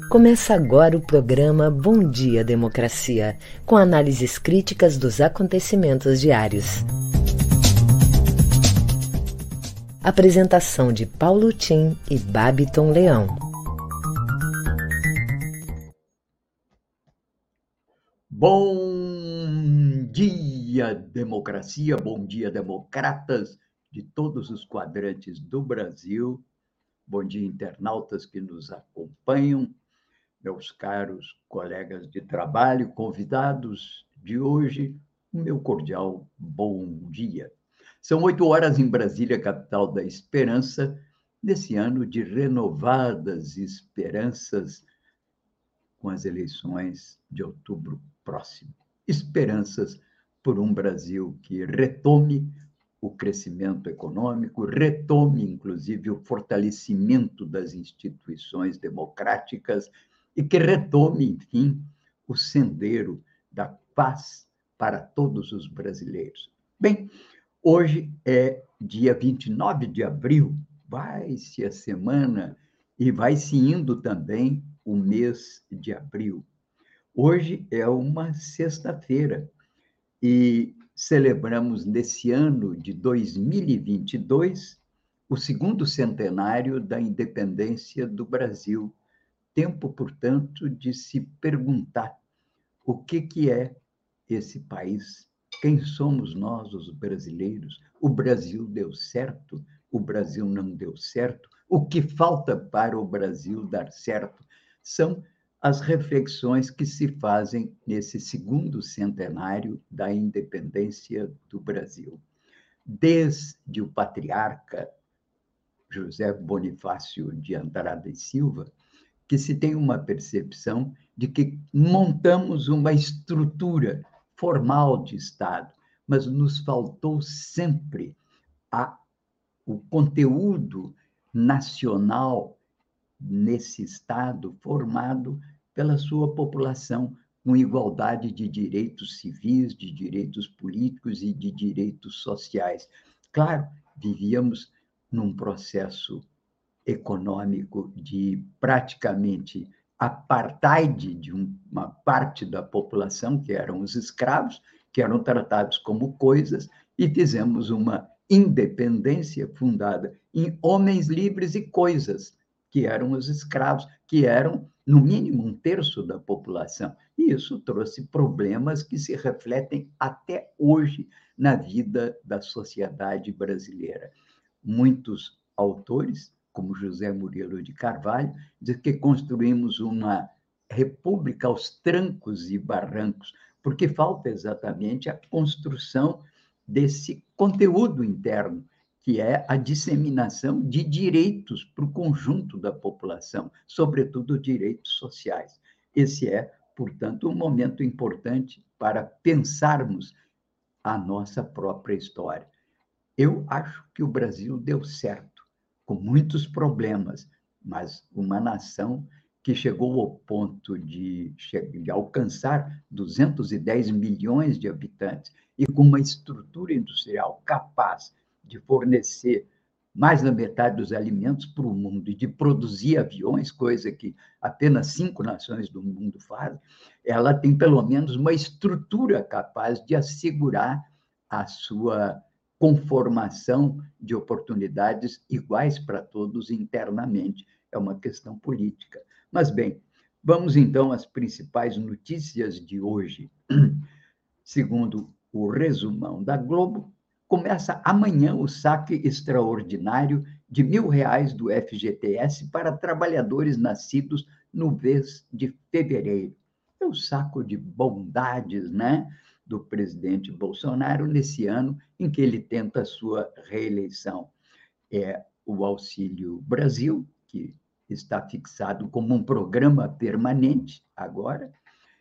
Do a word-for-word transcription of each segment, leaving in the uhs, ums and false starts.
Começa agora o programa Bom Dia Democracia, com análises críticas dos acontecimentos diários. Apresentação de Paulo Tim e Babiton Leão. Bom dia, democracia, bom dia, democratas de todos os quadrantes do Brasil. Bom dia, internautas que nos acompanham, meus caros colegas de trabalho, convidados de hoje, o meu cordial bom dia. São oito horas em Brasília, capital da esperança, nesse ano de renovadas esperanças com as eleições de outubro próximo. Esperanças por um Brasil que retome o crescimento econômico, retome, inclusive, o fortalecimento das instituições democráticas e que retome, enfim, o sendeiro da paz para todos os brasileiros. Bem, hoje é dia vinte e nove de abril, vai-se a semana e vai-se indo também o mês de abril. Hoje é uma sexta-feira e celebramos nesse ano de dois mil e vinte e dois o segundo centenário da independência do Brasil. Tempo, portanto, de se perguntar o que, que é esse país, quem somos nós, os brasileiros, o Brasil deu certo, o Brasil não deu certo, o que falta para o Brasil dar certo? São as reflexões que se fazem nesse segundo centenário da independência do Brasil. Desde o patriarca José Bonifácio de Andrada e Silva, que se tem uma percepção de que montamos uma estrutura formal de Estado, mas nos faltou sempre a, o conteúdo nacional nesse Estado formado pela sua população, com igualdade de direitos civis, de direitos políticos e de direitos sociais. Claro, vivíamos num processo econômico de praticamente apartheid de uma parte da população, que eram os escravos, que eram tratados como coisas, e fizemos uma independência fundada em homens livres e coisas, que eram os escravos, que eram, no mínimo, um terço da população. E isso trouxe problemas que se refletem até hoje na vida da sociedade brasileira. Muitos autores, como José Murilo de Carvalho, dizem que construímos uma república aos trancos e barrancos, porque falta exatamente a construção desse conteúdo interno, que é a disseminação de direitos para o conjunto da população, sobretudo direitos sociais. Esse é, portanto, um momento importante para pensarmos a nossa própria história. Eu acho que o Brasil deu certo, com muitos problemas, mas uma nação que chegou ao ponto de, de alcançar duzentos e dez milhões de habitantes e com uma estrutura industrial capaz de fornecer mais da metade dos alimentos para o mundo e de produzir aviões, coisa que apenas cinco nações do mundo fazem, ela tem pelo menos uma estrutura capaz de assegurar a sua conformação de oportunidades iguais para todos internamente. É uma questão política. Mas, bem, vamos então às principais notícias de hoje. Segundo o resumão da Globo, começa amanhã o saque extraordinário de mil reais do F G T S para trabalhadores nascidos no mês de fevereiro. É o saco de bondades, né, do presidente Bolsonaro nesse ano em que ele tenta a sua reeleição. É o Auxílio Brasil, que está fixado como um programa permanente agora,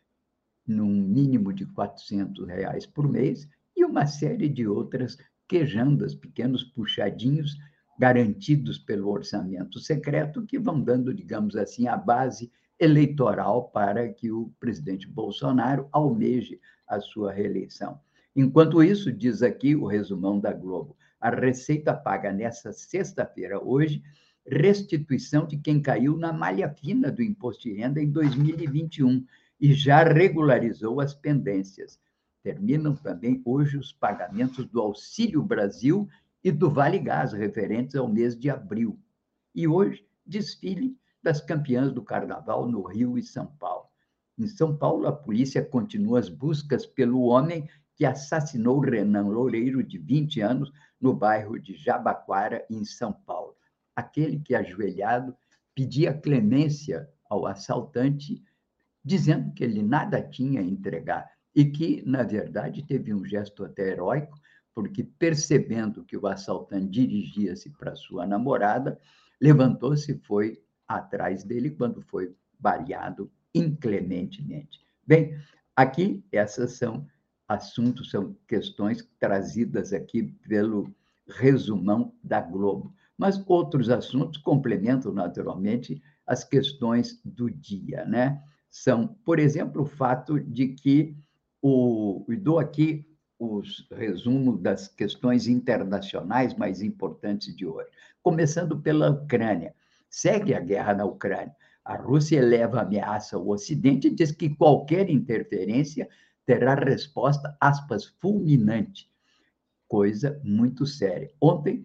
num mínimo de quatrocentos reais por mês, e uma série de outras quejandas, pequenos puxadinhos garantidos pelo orçamento secreto, que vão dando, digamos assim, a base eleitoral para que o presidente Bolsonaro almeje a sua reeleição. Enquanto isso, diz aqui o resumão da Globo, a Receita paga nessa sexta-feira, hoje, restituição de quem caiu na malha fina do imposto de renda em dois mil e vinte e um e já regularizou as pendências. Terminam também hoje os pagamentos do Auxílio Brasil e do Vale Gás, referentes ao mês de abril. E hoje, desfile das campeãs do Carnaval no Rio e São Paulo. Em São Paulo, a polícia continua as buscas pelo homem que assassinou Renan Loureiro, de vinte anos, no bairro de Jabaquara, em São Paulo. Aquele que, ajoelhado, pedia clemência ao assaltante, dizendo que ele nada tinha a entregar e que, na verdade, teve um gesto até heróico, porque, percebendo que o assaltante dirigia-se para sua namorada, levantou-se e foi atrás dele quando foi baleado inclementemente. Bem, aqui essas são assuntos, são questões trazidas aqui pelo resumão da Globo. Mas outros assuntos complementam naturalmente as questões do dia, né? São, por exemplo, o fato de que o, eu dou aqui os resumos das questões internacionais mais importantes de hoje. Começando pela Ucrânia. Segue a guerra na Ucrânia. A Rússia eleva a ameaça ao Ocidente e diz que qualquer interferência terá resposta, aspas, fulminante. Coisa muito séria. Ontem,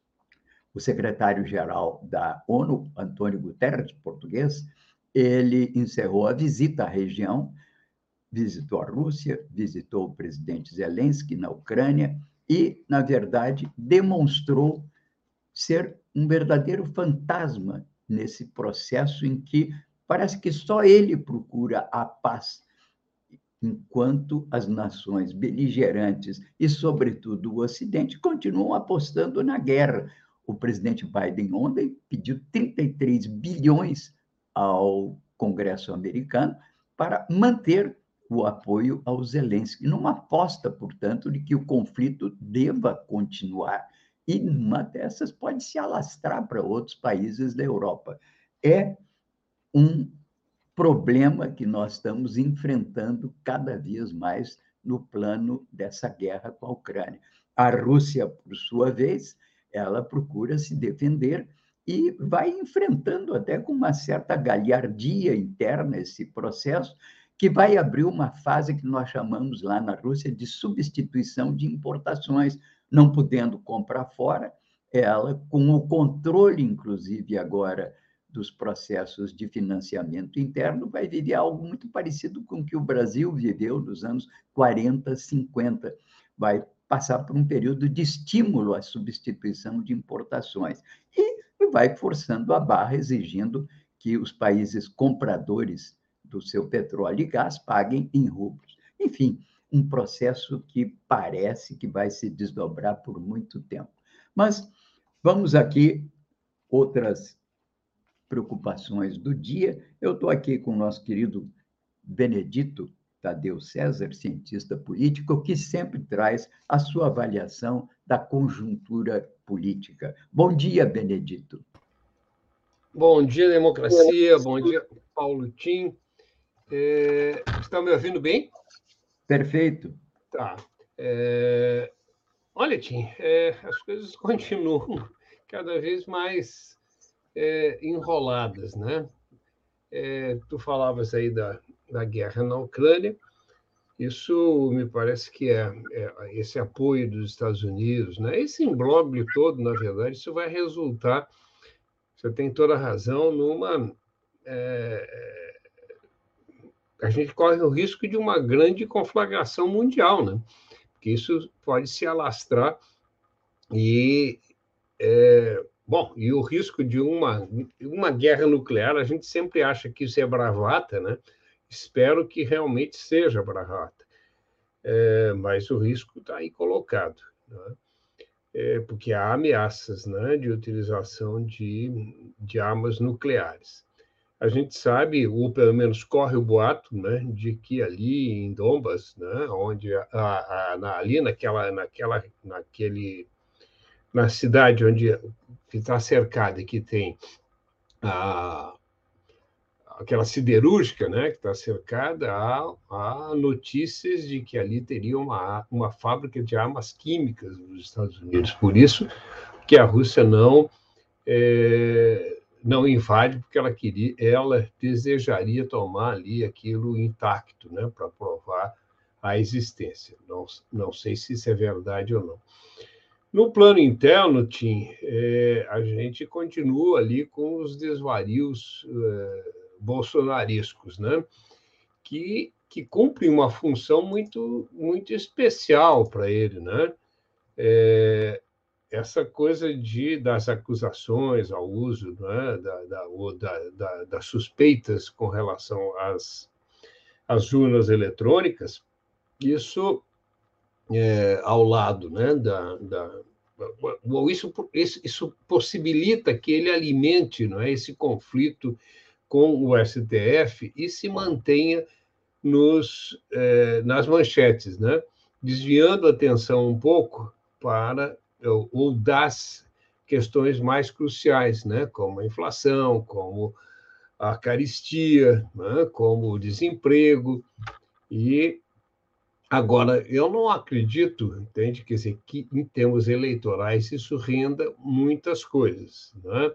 o secretário-geral da ONU, Antônio Guterres, português, ele encerrou a visita à região, visitou a Rússia, visitou o presidente Zelensky na Ucrânia e, na verdade, demonstrou ser um verdadeiro fantasma nesse processo em que parece que só ele procura a paz, enquanto as nações beligerantes e, sobretudo, o Ocidente continuam apostando na guerra. O presidente Biden ontem pediu trinta e três bilhões ao Congresso americano para manter o apoio ao Zelensky, numa aposta, portanto, de que o conflito deva continuar. E uma dessas pode se alastrar para outros países da Europa. É um problema que nós estamos enfrentando cada vez mais no plano dessa guerra com a Ucrânia. A Rússia, por sua vez, ela procura se defender e vai enfrentando até com uma certa galhardia interna esse processo, que vai abrir uma fase que nós chamamos lá na Rússia de substituição de importações, não podendo comprar fora, ela, com o controle, inclusive, agora dos processos de financiamento interno, vai viver algo muito parecido com o que o Brasil viveu nos anos quarenta, cinquenta. Vai passar por um período de estímulo à substituição de importações e vai forçando a barra, exigindo que os países compradores do seu petróleo e gás paguem em rublos. Enfim, um processo que parece que vai se desdobrar por muito tempo. Mas vamos aqui, outras preocupações do dia. Eu estou aqui com o nosso querido Benedito Tadeu César, cientista político, que sempre traz a sua avaliação da conjuntura política. Bom dia, Benedito. Bom dia, democracia. Bom dia, Paulo Tim. É, está me ouvindo bem? Perfeito. Tá. É, olha, Tim, é, as coisas continuam cada vez mais é, enroladas, né? É, tu falavas aí da, da guerra na Ucrânia. Isso me parece que é, é esse apoio dos Estados Unidos, né? Esse imbróglio todo, na verdade, isso vai resultar, você tem toda a razão, numa... É, a gente corre o risco de uma grande conflagração mundial, né? Porque isso pode se alastrar e, é, bom, e o risco de uma, uma guerra nuclear, a gente sempre acha que isso é bravata, né? Espero que realmente seja bravata, é, mas o risco está aí colocado, né? É, porque há ameaças, né, de utilização de, de armas nucleares. A gente sabe, ou pelo menos corre o boato, né, de que ali em Donbas, né, onde a, a, na, ali naquela, naquela, naquele, na cidade onde está cercada e que tem a, aquela siderúrgica, né, que está cercada, há, há notícias de que ali teria uma, uma fábrica de armas químicas dos Estados Unidos. Por isso que a Rússia não é, não invade, porque ela queria, ela desejaria tomar ali aquilo intacto, né, para provar a existência. Não, não sei se isso é verdade ou não. No plano interno, Tim, é, a gente continua ali com os desvarios é, bolsonarescos, né, que, que cumprem uma função muito, muito especial para ele, né? É, essa coisa de, das acusações ao uso, né, da, da, ou da, da, das suspeitas com relação às, às urnas eletrônicas, isso é, ao lado, né, da, da isso, isso, isso possibilita que ele alimente, não é, esse conflito com o S T F e se mantenha nos, eh, nas manchetes, né, desviando a atenção um pouco para ou, ou das questões mais cruciais, né, como a inflação, como a caristia, né, como o desemprego. E agora, eu não acredito, entende, quer dizer, que em termos eleitorais isso renda muitas coisas, né?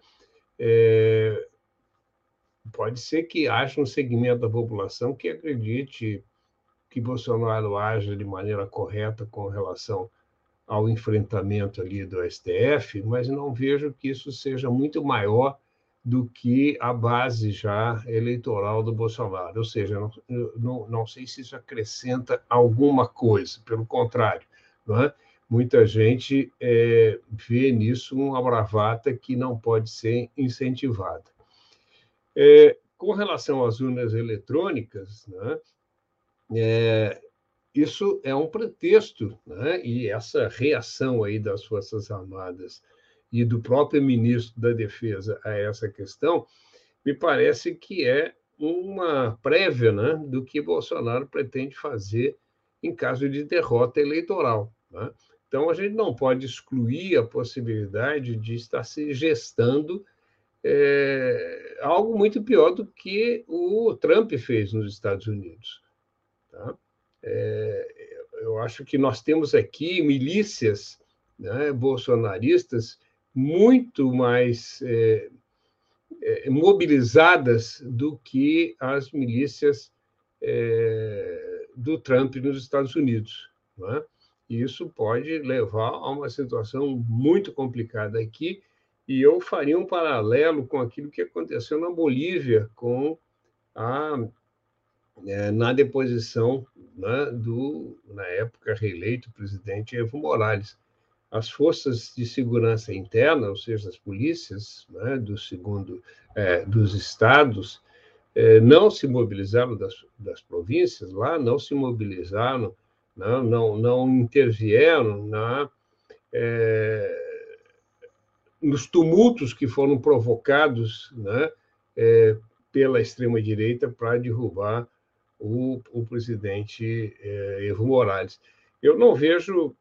É, pode ser que haja um segmento da população que acredite que Bolsonaro haja de maneira correta com relação ao enfrentamento ali do S T F, mas não vejo que isso seja muito maior do que a base já eleitoral do Bolsonaro. Ou seja, não, não, não sei se isso acrescenta alguma coisa, pelo contrário, não é? Muita gente é, vê nisso uma bravata que não pode ser incentivada. É, com relação às urnas eletrônicas, né, é, isso é um pretexto, né? E essa reação aí das Forças Armadas e do próprio ministro da Defesa a essa questão, me parece que é uma prévia, né, do que Bolsonaro pretende fazer em caso de derrota eleitoral, né? Então, a gente não pode excluir a possibilidade de estar se gestando é, algo muito pior do que o Trump fez nos Estados Unidos, tá? É, eu acho que nós temos aqui milícias, né, bolsonaristas muito mais é, é, mobilizadas do que as milícias é, do Trump nos Estados Unidos, né? E isso pode levar a uma situação muito complicada aqui, e eu faria um paralelo com aquilo que aconteceu na Bolívia com a é, na deposição, né, do, na época, reeleito presidente Evo Morales. As forças de segurança interna, ou seja, as polícias, né, do segundo, é, dos estados, é, não se mobilizaram das, das províncias lá, não se mobilizaram, não, não, não intervieram na, é, nos tumultos que foram provocados, né, é, pela extrema-direita para derrubar o, o presidente é, Evo Morales. Eu não vejo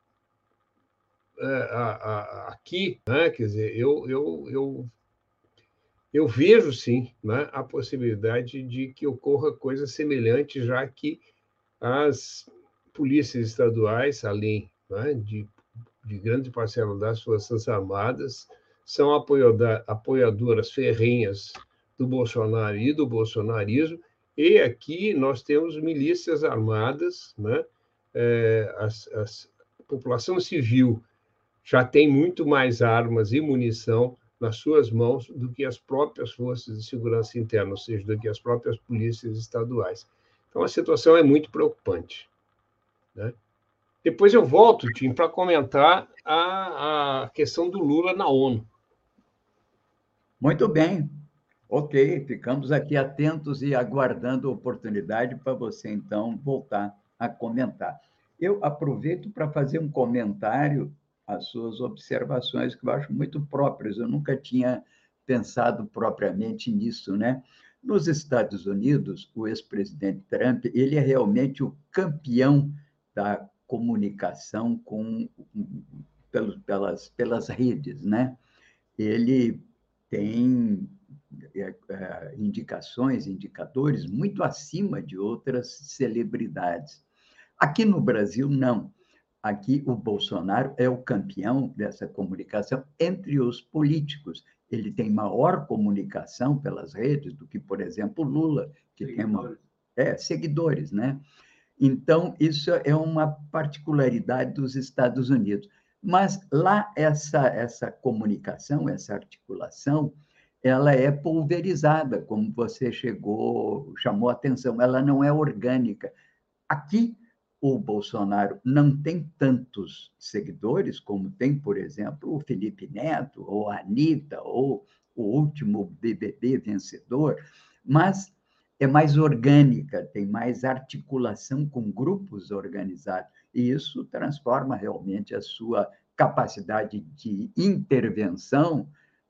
é, a, a, aqui, né, quer dizer, eu, eu, eu, eu vejo sim, né, a possibilidade de que ocorra coisa semelhante, já que as polícias estaduais, além, né, de, de grande parcela das Forças Armadas, são apoiador, apoiadoras ferrenhas do Bolsonaro e do bolsonarismo. E aqui nós temos milícias armadas, né? É, as, as, a população civil já tem muito mais armas e munição nas suas mãos do que as próprias forças de segurança interna, ou seja, do que as próprias polícias estaduais. Então, a situação é muito preocupante, né? Depois eu volto, Tim, para comentar a, a questão do Lula na ONU. Muito bem. Ok, ficamos aqui atentos e aguardando a oportunidade para você, então, voltar a comentar. Eu aproveito para fazer um comentário às suas observações, que eu acho muito próprias. Eu nunca tinha pensado propriamente nisso, né? Nos Estados Unidos, o ex-presidente Trump, ele é realmente o campeão da comunicação com, pelas, pelas redes, né? Ele tem indicações, indicadores muito acima de outras celebridades. Aqui no Brasil, não. Aqui o Bolsonaro é o campeão dessa comunicação entre os políticos ele tem maior comunicação pelas redes do que, por exemplo, Lula, que seguidores. tem uma, é, seguidores, né? Então, isso é uma particularidade dos Estados Unidos. Mas lá, essa, essa comunicação, essa articulação, ela é pulverizada, como você chegou, chamou a atenção, ela não é orgânica. Aqui, o Bolsonaro não tem tantos seguidores como tem, por exemplo, o Felipe Neto, ou a Anitta, ou o último B B B vencedor, mas é mais orgânica, tem mais articulação com grupos organizados, e isso transforma realmente a sua capacidade de intervenção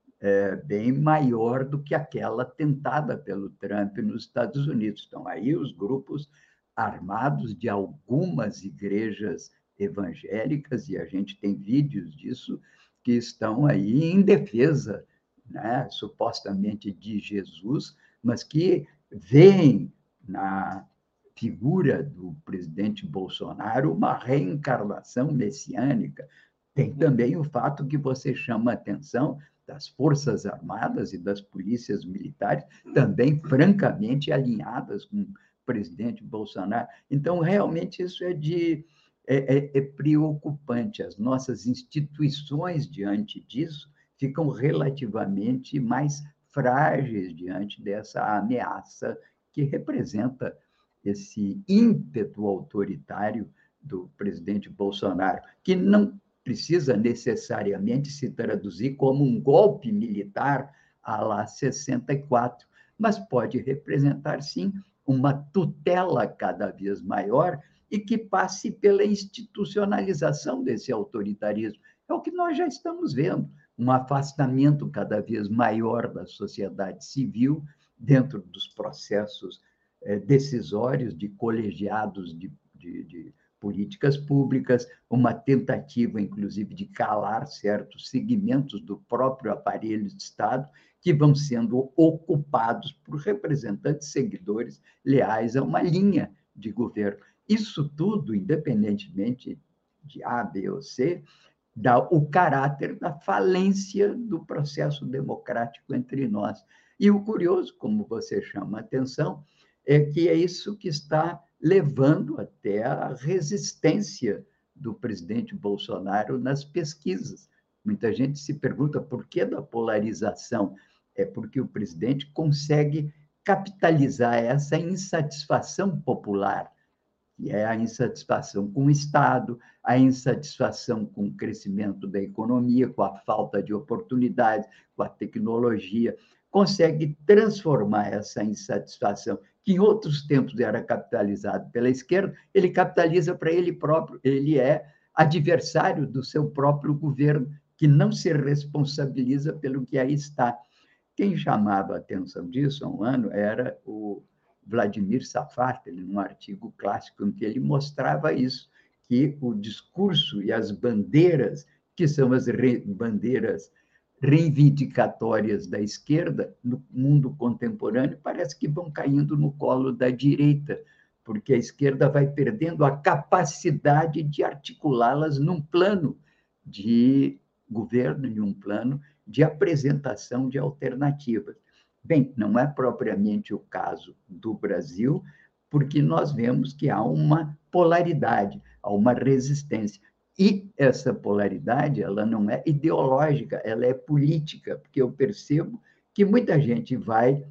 é, bem maior do que aquela tentada pelo Trump nos Estados Unidos. Então, aí os grupos armados de algumas igrejas evangélicas, e a gente tem vídeos disso, que estão aí em defesa, né, supostamente de Jesus, mas que veem na figura do presidente Bolsonaro uma reencarnação messiânica. Tem também o fato que você chama a atenção das Forças Armadas e das polícias militares, também francamente alinhadas com o presidente Bolsonaro. Então, realmente, isso é, de, é, é, é preocupante. As nossas instituições, diante disso, ficam relativamente mais frágeis diante dessa ameaça que representa esse ímpeto autoritário do presidente Bolsonaro, que não precisa necessariamente se traduzir como um golpe militar à la sessenta e quatro, mas pode representar, sim, uma tutela cada vez maior e que passe pela institucionalização desse autoritarismo. É o que nós já estamos vendo, um afastamento cada vez maior da sociedade civil dentro dos processos eh, decisórios de colegiados de, de, de políticas públicas, uma tentativa, inclusive, de calar certos segmentos do próprio aparelho de Estado que vão sendo ocupados por representantes seguidores leais a uma linha de governo. Isso tudo, independentemente de A, B ou C, dá o caráter da falência do processo democrático entre nós. E o curioso, como você chama a atenção, é que é isso que está levando até a resistência do presidente Bolsonaro nas pesquisas. Muita gente se pergunta por que da polarização. É porque o presidente consegue capitalizar essa insatisfação popular, que é a insatisfação com o Estado, a insatisfação com o crescimento da economia, com a falta de oportunidades, com a tecnologia, consegue transformar essa insatisfação, que em outros tempos era capitalizado pela esquerda, ele capitaliza para ele próprio, ele é adversário do seu próprio governo, que não se responsabiliza pelo que aí está. Quem chamava a atenção disso há um ano era o Vladimir Safatli, num artigo clássico em que ele mostrava isso, que o discurso e as bandeiras, que são as re- bandeiras reivindicatórias da esquerda no mundo contemporâneo, parece que vão caindo no colo da direita, porque a esquerda vai perdendo a capacidade de articulá-las num plano de governo, em um plano de apresentação de alternativas. Bem, não é propriamente o caso do Brasil, porque nós vemos que há uma polaridade, há uma resistência. E essa polaridade, ela não é ideológica, ela é política, porque eu percebo que muita gente vai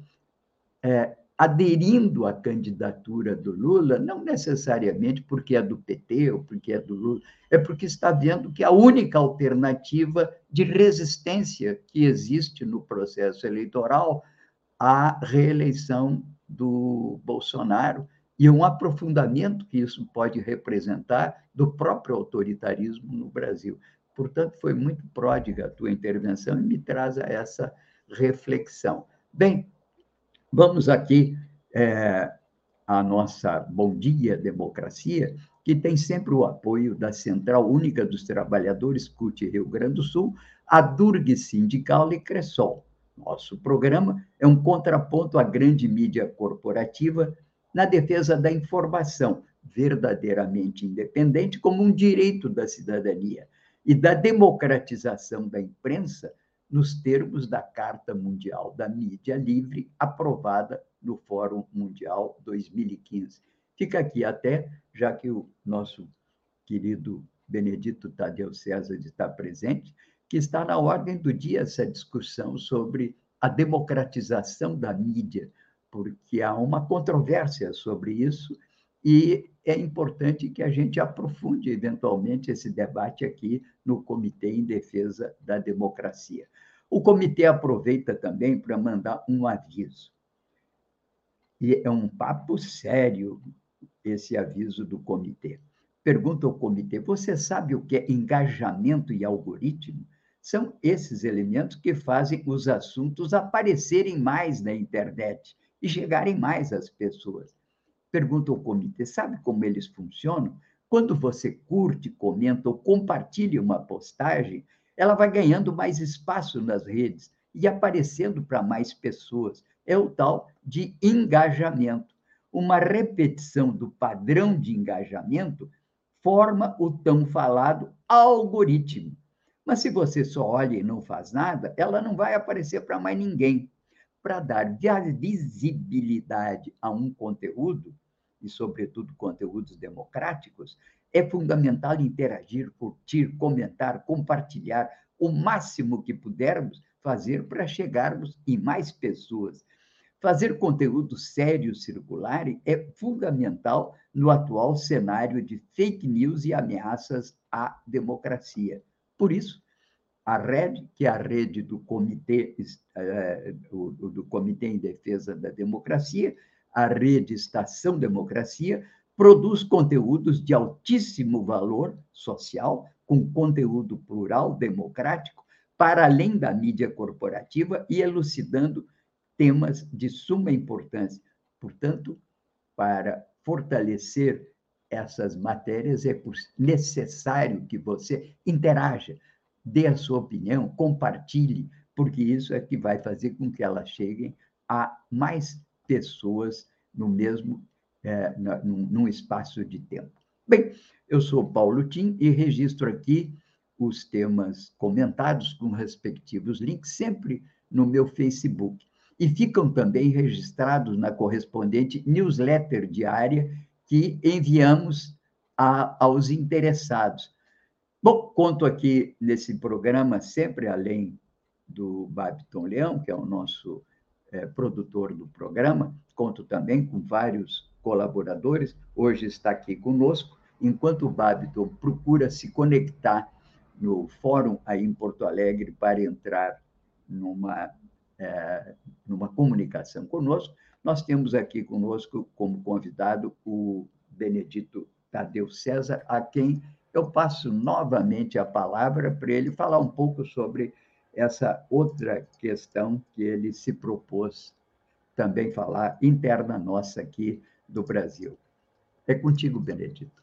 é, aderindo à candidatura do Lula, não necessariamente porque é do P T ou porque é do Lula, é porque está vendo que a única alternativa de resistência que existe no processo eleitoral à reeleição do Bolsonaro e um aprofundamento que isso pode representar do próprio autoritarismo no Brasil. Portanto, foi muito pródiga a tua intervenção e me traz a essa reflexão. Bem, vamos aqui é, à nossa Bom Dia Democracia, que tem sempre o apoio da Central Única dos Trabalhadores, C U T Rio Grande do Sul, a Durg Sindical e Cressol. Nosso programa é um contraponto à grande mídia corporativa na defesa da informação verdadeiramente independente como um direito da cidadania e da democratização da imprensa nos termos da Carta Mundial da Mídia Livre, aprovada no Fórum Mundial dois mil e quinze. Fica aqui até, já que o nosso querido Benedito Tadeu César está presente, que está na ordem do dia essa discussão sobre a democratização da mídia, porque há uma controvérsia sobre isso e é importante que a gente aprofunde eventualmente esse debate aqui no Comitê em Defesa da Democracia. O comitê aproveita também para mandar um aviso. E é um papo sério esse aviso do comitê. Pergunta ao comitê: você sabe o que é engajamento e algoritmo? São esses elementos que fazem os assuntos aparecerem mais na internet e chegarem mais às pessoas. Pergunta ao comitê: sabe como eles funcionam? Quando você curte, comenta ou compartilha uma postagem, ela vai ganhando mais espaço nas redes e aparecendo para mais pessoas. É o tal de engajamento. Uma repetição do padrão de engajamento forma o tão falado algoritmo. Mas se você só olha e não faz nada, ela não vai aparecer para mais ninguém. Para dar visibilidade a um conteúdo, e sobretudo conteúdos democráticos, é fundamental interagir, curtir, comentar, compartilhar o máximo que pudermos fazer para chegarmos em mais pessoas. Fazer conteúdo sério circular é fundamental no atual cenário de fake news e ameaças à democracia. Por isso, a rede, que é a rede do Comitê, do, do Comitê em Defesa da Democracia, a rede Estação Democracia, produz conteúdos de altíssimo valor social, com conteúdo plural, democrático, para além da mídia corporativa e elucidando temas de suma importância. Portanto, para fortalecer essas matérias, é necessário que você interaja, dê a sua opinião, compartilhe, porque isso é que vai fazer com que elas cheguem a mais pessoas no mesmo, é, num, num espaço de tempo. Bem, eu sou Paulo Tim e registro aqui os temas comentados com respectivos links, sempre no meu Facebook. E ficam também registrados na correspondente newsletter diária que enviamos a, aos interessados. Bom, conto aqui nesse programa, sempre além do Babiton Leão, que é o nosso é, produtor do programa, conto também com vários colaboradores, hoje está aqui conosco, enquanto o Babiton procura se conectar no fórum aí em Porto Alegre para entrar numa, é, numa comunicação conosco, nós temos aqui conosco como convidado o Benedito Tadeu César, a quem eu passo novamente a palavra para ele falar um pouco sobre essa outra questão que ele se propôs também falar, interna nossa aqui do Brasil. É contigo, Benedito.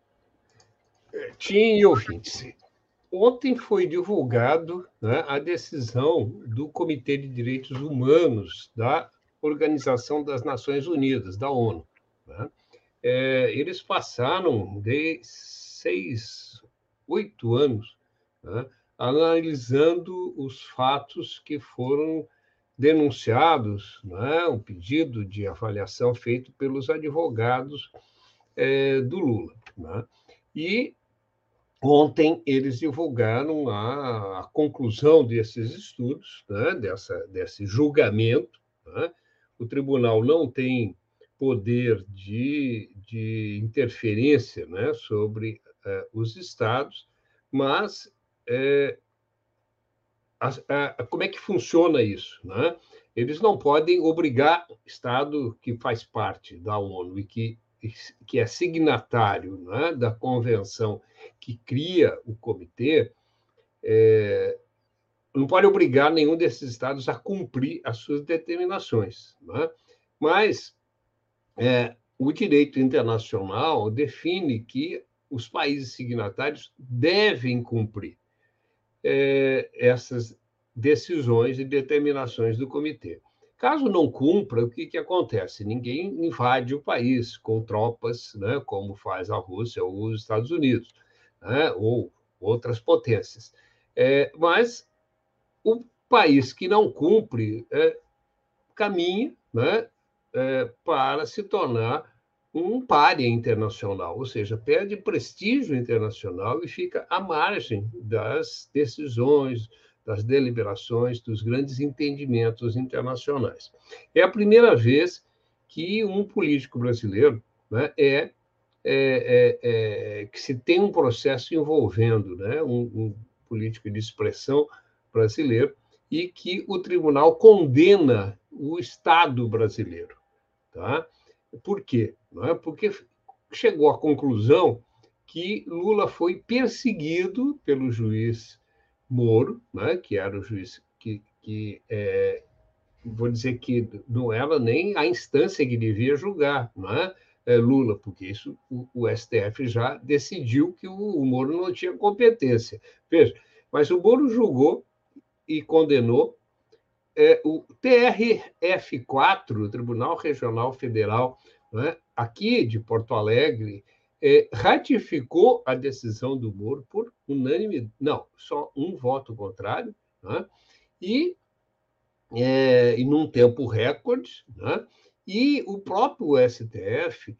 Tim e ouvintes, ontem foi divulgado, né, a decisão do Comitê de Direitos Humanos da Organização das Nações Unidas, da ONU. Né? É, eles passaram de seis, oito anos, né, analisando os fatos que foram denunciados, né, um pedido de avaliação feito pelos advogados é, do Lula. Né? E ontem eles divulgaram a, a conclusão desses estudos, né, dessa, desse julgamento. Né? O tribunal não tem poder de, de interferência, né, sobre uh, os estados, mas é, a, a, como é que funciona isso? Né? Eles não podem obrigar o estado que faz parte da ONU e que, que é signatário, né, da convenção que cria o comitê, é, não pode obrigar nenhum desses estados a cumprir as suas determinações. Né? Mas é, o direito internacional define que os países signatários devem cumprir é, essas decisões e determinações do comitê. Caso não cumpra, o que, que acontece? Ninguém invade o país com tropas, né, como faz a Rússia ou os Estados Unidos, né, ou outras potências. É, mas o país que não cumpre é, caminha, né, é, para se tornar um pária internacional, ou seja, perde prestígio internacional e fica à margem das decisões, das deliberações, dos grandes entendimentos internacionais. É a primeira vez que um político brasileiro, né, é, é, é, é que se tem um processo envolvendo, né, um, um político de expressão brasileiro e que o tribunal condena o Estado brasileiro. Tá? Por quê? Não é? Porque chegou à conclusão que Lula foi perseguido pelo juiz Moro, né? Que era o juiz que, que é, vou dizer que não era nem a instância que devia julgar, não é? É Lula, porque isso o, o S T F já decidiu que o, o Moro não tinha competência. Veja, mas o Moro julgou e condenou. É, o T R F quatro, o Tribunal Regional Federal, né, aqui de Porto Alegre, é, ratificou a decisão do Moro por unânime, não, só um voto contrário, né, e, é, e num tempo recorde, né, e o próprio S T F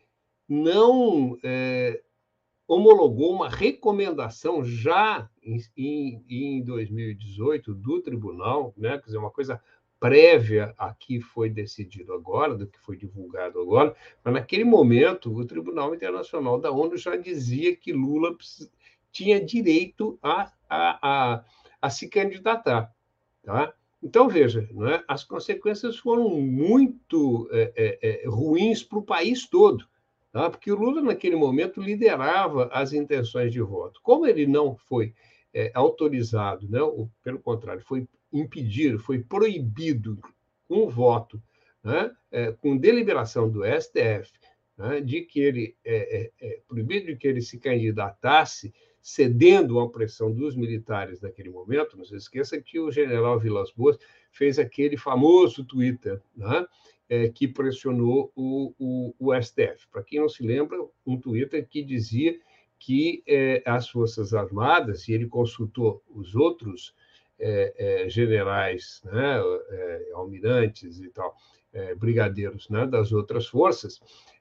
não é, homologou uma recomendação já em, em, em dois mil e dezoito do tribunal, né? Quer dizer, uma coisa prévia a que foi decidido agora, do que foi divulgado agora, mas naquele momento o Tribunal Internacional da ONU já dizia que Lula tinha direito a, a, a, a se candidatar. Tá? Então, veja, não é? As consequências foram muito é, é, é, ruins para o país todo. Tá? Porque o Lula, naquele momento, liderava as intenções de voto. Como ele não foi é, autorizado, né? Ou, pelo contrário, foi impedido, foi proibido com voto, né? é, com deliberação do S T F, né? de que ele é, é, é, proibido de que ele se candidatasse, cedendo à pressão dos militares naquele momento. Não se esqueça que o general Vilas Boas fez aquele famoso Twitter, né? É, que pressionou o, o, o S T F. Para quem não se lembra, um Twitter que dizia que é, as Forças Armadas, e ele consultou os outros é, é, generais, né, é, almirantes e tal, é, brigadeiros, né, das outras forças,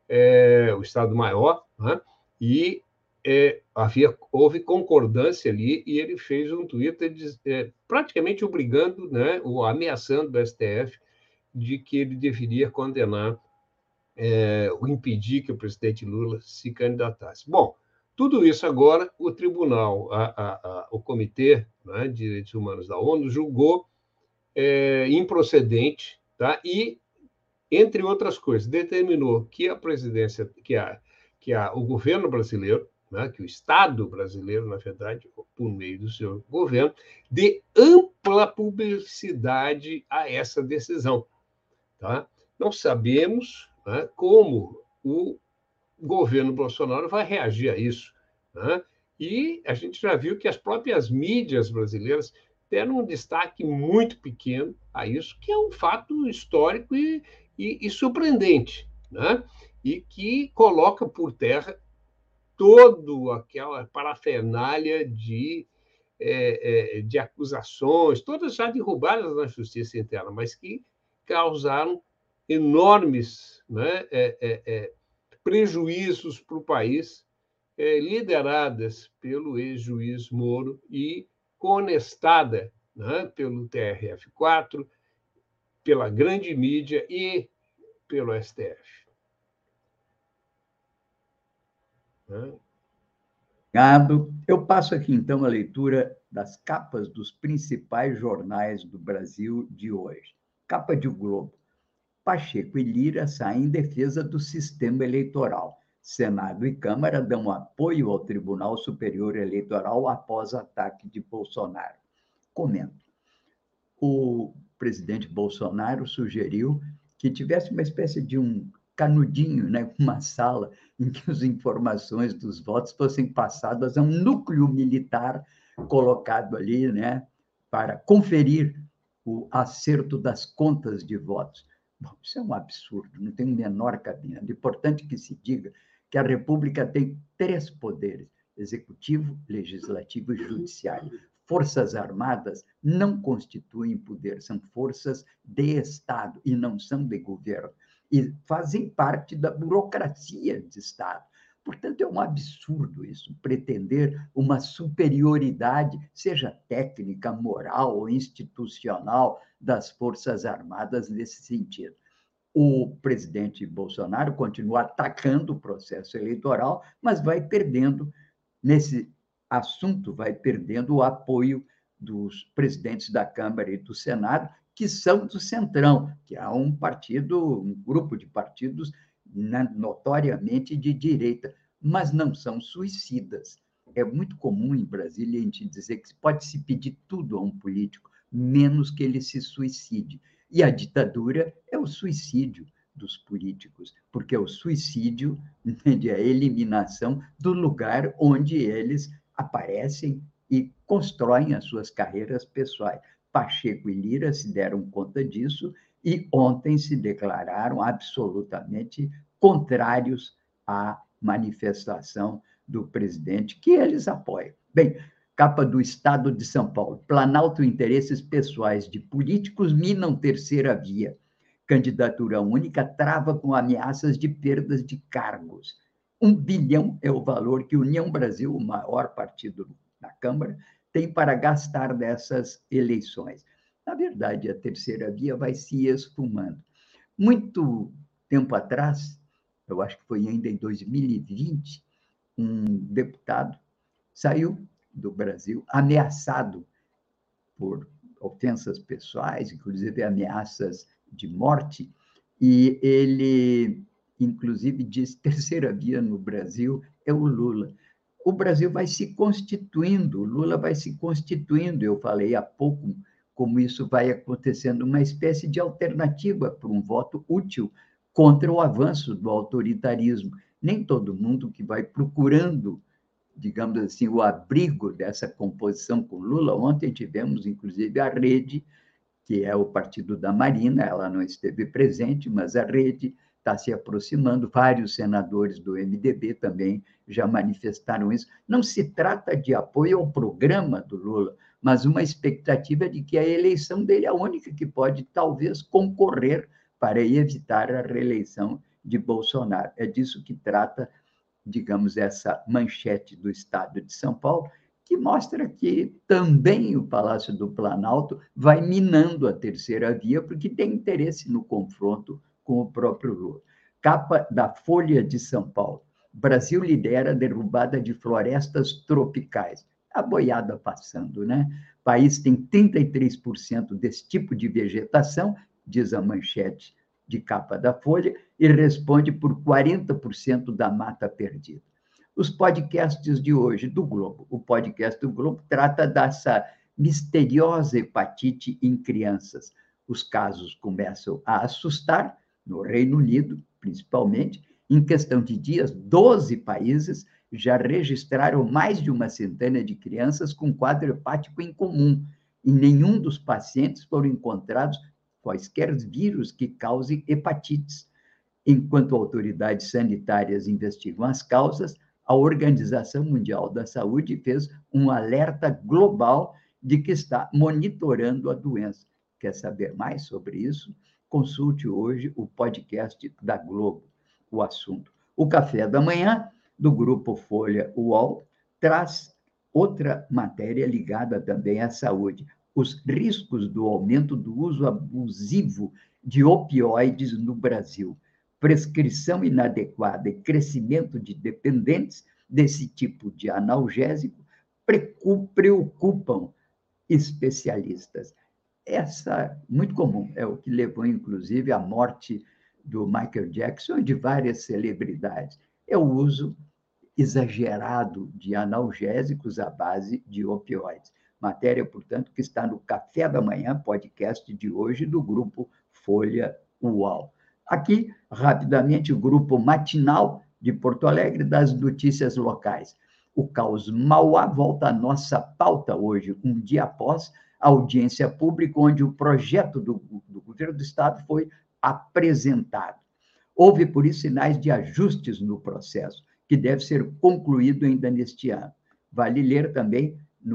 é, o Estado-Maior, né, e é, havia, houve concordância ali, e ele fez um Twitter de, é, praticamente obrigando, né, ou ameaçando o S T F de que ele deveria condenar é, ou impedir que o presidente Lula se candidatasse. Bom, tudo isso agora o tribunal, a, a, a, o Comitê, né, de Direitos Humanos da ONU julgou é, improcedente, tá? E, entre outras coisas, determinou que a presidência, que, a, que a, o governo brasileiro, né, que o Estado brasileiro, na verdade, por meio do seu governo, dê ampla publicidade a essa decisão. Tá? Não sabemos, né, como o governo Bolsonaro vai reagir a isso. Né? E a gente já viu que as próprias mídias brasileiras deram um destaque muito pequeno a isso, que é um fato histórico e, e, e surpreendente, né? E que coloca por terra toda aquela parafernália de, é, é, de acusações, todas já derrubadas na justiça interna, mas que causaram enormes, né, é, é, é, prejuízos para o país, é, lideradas pelo ex-juiz Moro e conestada, né, pelo T R F quatro, pela grande mídia e pelo S T F. Né? Obrigado. Eu passo aqui, então, a leitura das capas dos principais jornais do Brasil de hoje. Capa de O Globo. Pacheco e Lira saem em defesa do sistema eleitoral. Senado e Câmara dão apoio ao Tribunal Superior Eleitoral após ataque de Bolsonaro. Comento. O presidente Bolsonaro sugeriu que tivesse uma espécie de um canudinho, né, uma sala em que as informações dos votos fossem passadas a um núcleo militar colocado ali, né, para conferir o acerto das contas de votos. Bom, isso é um absurdo, não tem o menor cabimento. É importante que se diga que a República tem três poderes: executivo, legislativo e judiciário. Forças Armadas não constituem poder, são forças de Estado e não são de governo. E fazem parte da burocracia de Estado. Portanto, é um absurdo isso, pretender uma superioridade, seja técnica, moral ou institucional, das Forças Armadas nesse sentido. O presidente Bolsonaro continua atacando o processo eleitoral, mas vai perdendo, nesse assunto, vai perdendo o apoio dos presidentes da Câmara e do Senado, que são do Centrão, que é um partido, um grupo de partidos notoriamente de direita, mas não são suicidas. É muito comum em Brasília a gente dizer que pode se pedir tudo a um político, menos que ele se suicide. E a ditadura é o suicídio dos políticos, porque é o suicídio, entende? A eliminação do lugar onde eles aparecem e constroem as suas carreiras pessoais. Pacheco e Lira se deram conta disso e ontem se declararam absolutamente contrários à manifestação do presidente, que eles apoiam. Bem, capa do Estado de São Paulo. Planalto, interesses pessoais de políticos minam terceira via. Candidatura única trava com ameaças de perdas de cargos. Um bilhão é o valor que União Brasil, o maior partido na Câmara, tem para gastar nessas eleições. Na verdade, a terceira via vai se esfumando. Muito tempo atrás, eu acho que foi ainda em dois mil e vinte, um deputado saiu do Brasil ameaçado por ofensas pessoais, inclusive ameaças de morte, e ele, inclusive, diz que terceira via no Brasil é o Lula. O Brasil vai se constituindo, o Lula vai se constituindo, eu falei há pouco como isso vai acontecendo, uma espécie de alternativa para um voto útil contra o avanço do autoritarismo. Nem todo mundo que vai procurando, digamos assim, o abrigo dessa composição com Lula. Ontem tivemos, inclusive, a Rede, que é o partido da Marina, ela não esteve presente, mas a Rede está se aproximando, vários senadores do M D B também já manifestaram isso. Não se trata de apoio ao programa do Lula, mas uma expectativa de que a eleição dele é a única que pode, talvez, concorrer para evitar a reeleição de Bolsonaro. É disso que trata, digamos, essa manchete do Estado de São Paulo, que mostra que também o Palácio do Planalto vai minando a terceira via, porque tem interesse no confronto com o próprio Lula. Capa da Folha de São Paulo. Brasil lidera a derrubada de florestas tropicais. A boiada passando, né? O país tem trinta e três por cento desse tipo de vegetação, diz a manchete de capa da Folha, e responde por quarenta por cento da mata perdida. Os podcasts de hoje do Globo. O podcast do Globo trata dessa misteriosa hepatite em crianças. Os casos começam a assustar, no Reino Unido, principalmente. Em questão de dias, doze países já registraram mais de uma centena de crianças com quadro hepático incomum. E nenhum dos pacientes foram encontrados quaisquer vírus que causem hepatites. Enquanto autoridades sanitárias investigam as causas, a Organização Mundial da Saúde fez um alerta global de que está monitorando a doença. Quer saber mais sobre isso? Consulte hoje o podcast da Globo, o assunto. O Café da Manhã, do Grupo Folha U O L, traz outra matéria ligada também à saúde. Os riscos do aumento do uso abusivo de opioides no Brasil. Prescrição inadequada e crescimento de dependentes desse tipo de analgésico preocupam especialistas. Essa, muito comum, é o que levou, inclusive, à morte do Michael Jackson e de várias celebridades. É o uso exagerado de analgésicos à base de opioides. Matéria, portanto, que está no Café da Manhã, podcast de hoje, do Grupo Folha U O L. Aqui, rapidamente, o Grupo Matinal de Porto Alegre, das notícias locais. O caos Mauá volta à nossa pauta hoje, um dia após a audiência pública, onde o projeto do, do governo do Estado foi apresentado. Houve, por isso, sinais de ajustes no processo, que deve ser concluído ainda neste ano. Vale ler também no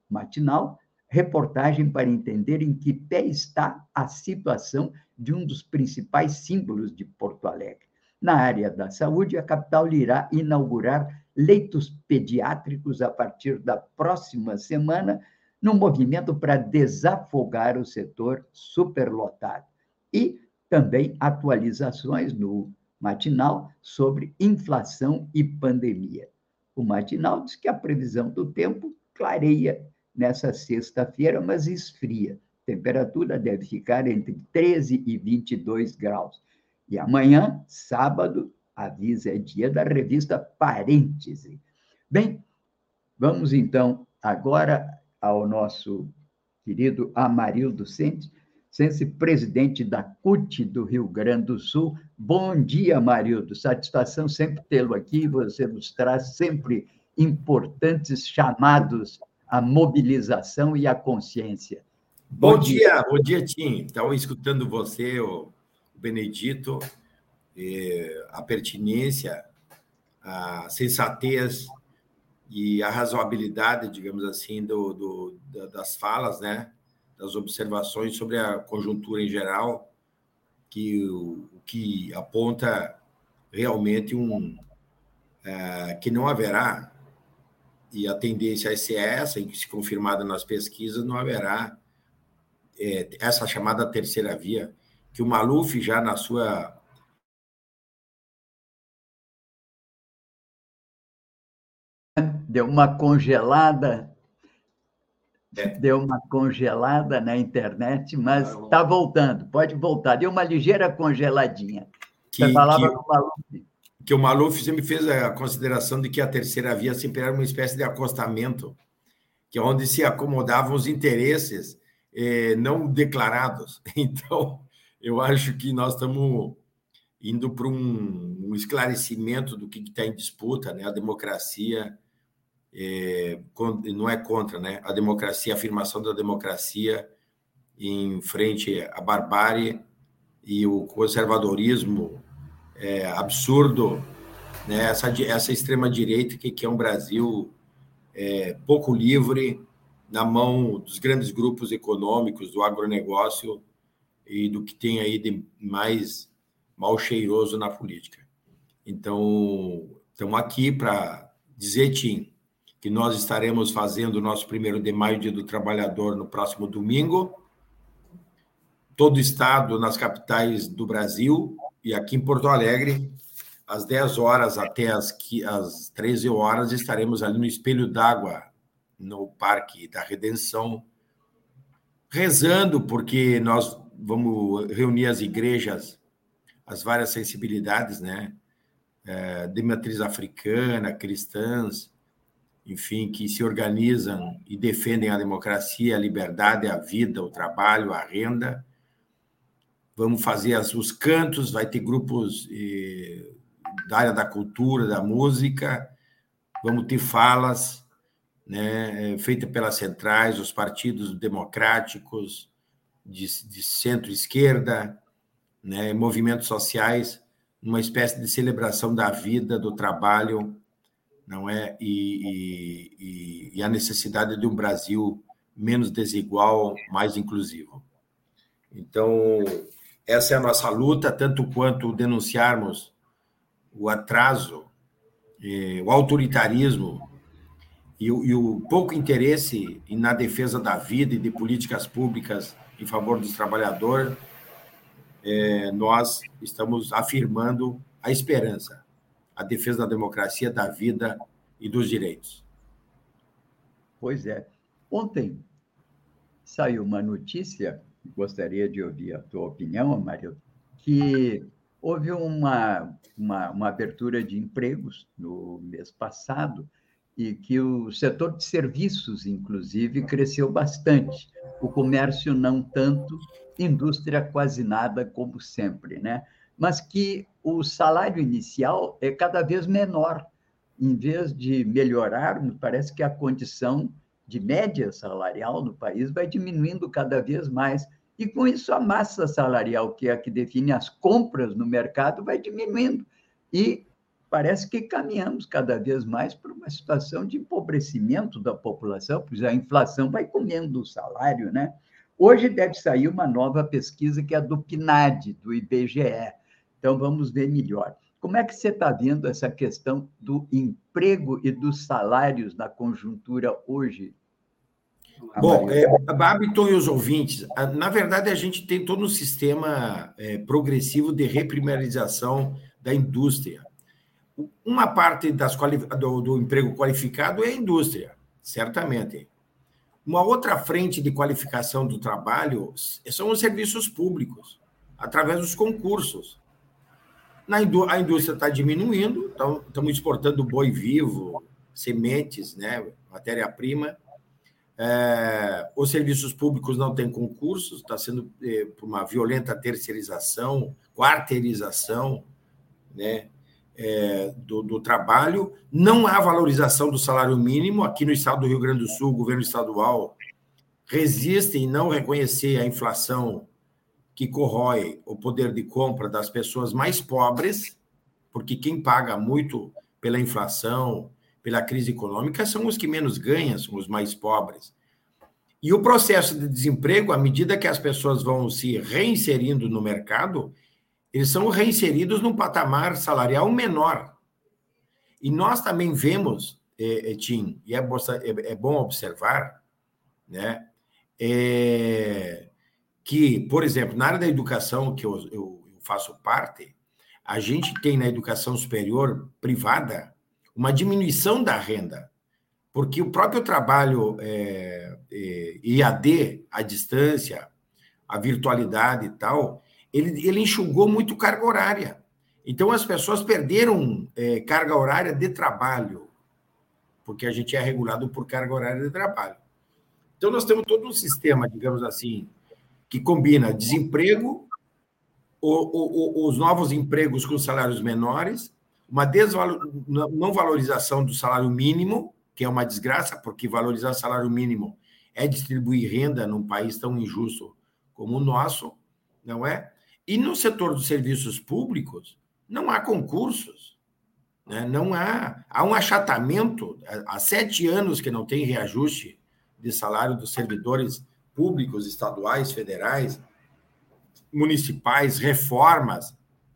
matinal, reportagem para entender em que pé está a situação de um dos principais símbolos de Porto Alegre. Na área da saúde, a capital irá inaugurar leitos pediátricos a partir da próxima semana, num movimento para desafogar o setor superlotado. E também atualizações no matinal sobre inflação e pandemia. O matinal diz que a previsão do tempo clareia nessa sexta-feira, mas esfria. A temperatura deve ficar entre treze e vinte e dois graus. E amanhã, sábado, avisa, é dia da revista Parêntese. Bem, vamos então agora ao nosso querido Amarildo Sense, Sense, presidente da C U T do Rio Grande do Sul. Bom dia, Amarildo. Satisfação sempre tê-lo aqui. Você nos traz sempre importantes chamados à mobilização e à consciência. Bom, bom dia. dia, bom dia, Tim. Estava escutando você, o Benedito, a pertinência, a sensatez e a razoabilidade, digamos assim, do, do, das falas, né? Das observações sobre a conjuntura em geral, que, o que aponta realmente um, é, que não haverá, e a tendência é ser essa, em que se confirmada nas pesquisas, não haverá é, essa chamada terceira via, que o Maluf já na sua... Deu uma congelada, é. deu uma congelada na internet, mas está voltando, pode voltar. Deu uma ligeira congeladinha. Que, Você falava que, do Maluf. Que o Maluf sempre fez a consideração de que a terceira via sempre era uma espécie de acostamento, que é onde se acomodavam os interesses eh, não declarados. Então, eu acho que nós estamos indo para um, um esclarecimento do que está em disputa, né? A democracia é, não é contra, né? A democracia, a afirmação da democracia em frente à barbárie e o conservadorismo é, absurdo, né? Essa, essa extrema-direita que, que é um Brasil é, pouco livre, na mão dos grandes grupos econômicos, do agronegócio e do que tem aí de mais mal cheiroso na política. Então, estamos aqui para dizer, Tim, que nós estaremos fazendo o nosso primeiro de maio, Dia do Trabalhador, no próximo domingo. Todo o estado, nas capitais do Brasil, e aqui em Porto Alegre, às dez horas até às, às treze horas, estaremos ali no Espelho d'Água, no Parque da Redenção, rezando, porque nós vamos reunir as igrejas, as várias sensibilidades, né? É, de matriz africana, cristãs, enfim, que se organizam e defendem a democracia, a liberdade, a vida, o trabalho, a renda. Vamos fazer as, os cantos, vai ter grupos eh, da área da cultura, da música, vamos ter falas, né, feitas pelas centrais, os partidos democráticos, de, de centro-esquerda, né, movimentos sociais, uma espécie de celebração da vida, do trabalho, não é? E, e, e a necessidade de um Brasil menos desigual, mais inclusivo. Então, essa é a nossa luta, tanto quanto denunciarmos o atraso, eh, o autoritarismo e o, e o pouco interesse na defesa da vida e de políticas públicas em favor dos trabalhadores. É, nós estamos afirmando a esperança, a defesa da democracia, da vida e dos direitos. Pois é. Ontem saiu uma notícia, gostaria de ouvir a tua opinião, Amarildo, que houve uma, uma, uma abertura de empregos no mês passado e que o setor de serviços, inclusive, cresceu bastante. O comércio não tanto, indústria quase nada, como sempre, né? Mas que o salário inicial é cada vez menor. Em vez de melhorar, me parece que a condição de média salarial no país vai diminuindo cada vez mais. E, com isso, a massa salarial, que é a que define as compras no mercado, vai diminuindo. E parece que caminhamos cada vez mais para uma situação de empobrecimento da população, pois a inflação vai comendo o salário, né? Hoje deve sair uma nova pesquisa, que é a do P N A D, do I B G E. Então, vamos ver melhor. Como é que você está vendo essa questão do emprego e dos salários na conjuntura hoje? Bom, é, Babiton e os ouvintes, na verdade, a gente tem todo um sistema é, progressivo de reprimarização da indústria. Uma parte das quali... do, do emprego qualificado é a indústria, certamente. Uma outra frente de qualificação do trabalho são os serviços públicos, através dos concursos. Na indú... A indústria está diminuindo, então, estamos exportando boi vivo, sementes, né, matéria-prima. É, os serviços públicos não têm concursos, está sendo é, por uma violenta terceirização, quarteirização, né, é, do, do trabalho. Não há valorização do salário mínimo. Aqui no estado do Rio Grande do Sul, o governo estadual resiste em não reconhecer a inflação que corrói o poder de compra das pessoas mais pobres, porque quem paga muito pela inflação, pela crise econômica, são os que menos ganham, são os mais pobres. E o processo de desemprego, à medida que as pessoas vão se reinserindo no mercado, eles são reinseridos num patamar salarial menor. E nós também vemos, é, Tim, e é, é, é bom observar, né, é, que, por exemplo, na área da educação, que eu, eu, eu faço parte, a gente tem na educação superior privada uma diminuição da renda, porque o próprio trabalho é, é, I A D, à distância, a virtualidade e tal, ele, ele enxugou muito carga horária. Então, as pessoas perderam é, carga horária de trabalho, porque a gente é regulado por carga horária de trabalho. Então, nós temos todo um sistema, digamos assim, que combina desemprego, o, o, o, os novos empregos com salários menores, uma desvalor... não valorização do salário mínimo, que é uma desgraça, porque valorizar salário mínimo é distribuir renda num país tão injusto como o nosso, não é? E no setor dos serviços públicos, não há concursos, né? Não há... Há um achatamento, há sete anos que não tem reajuste de salário dos servidores públicos, estaduais, federais, municipais, reformas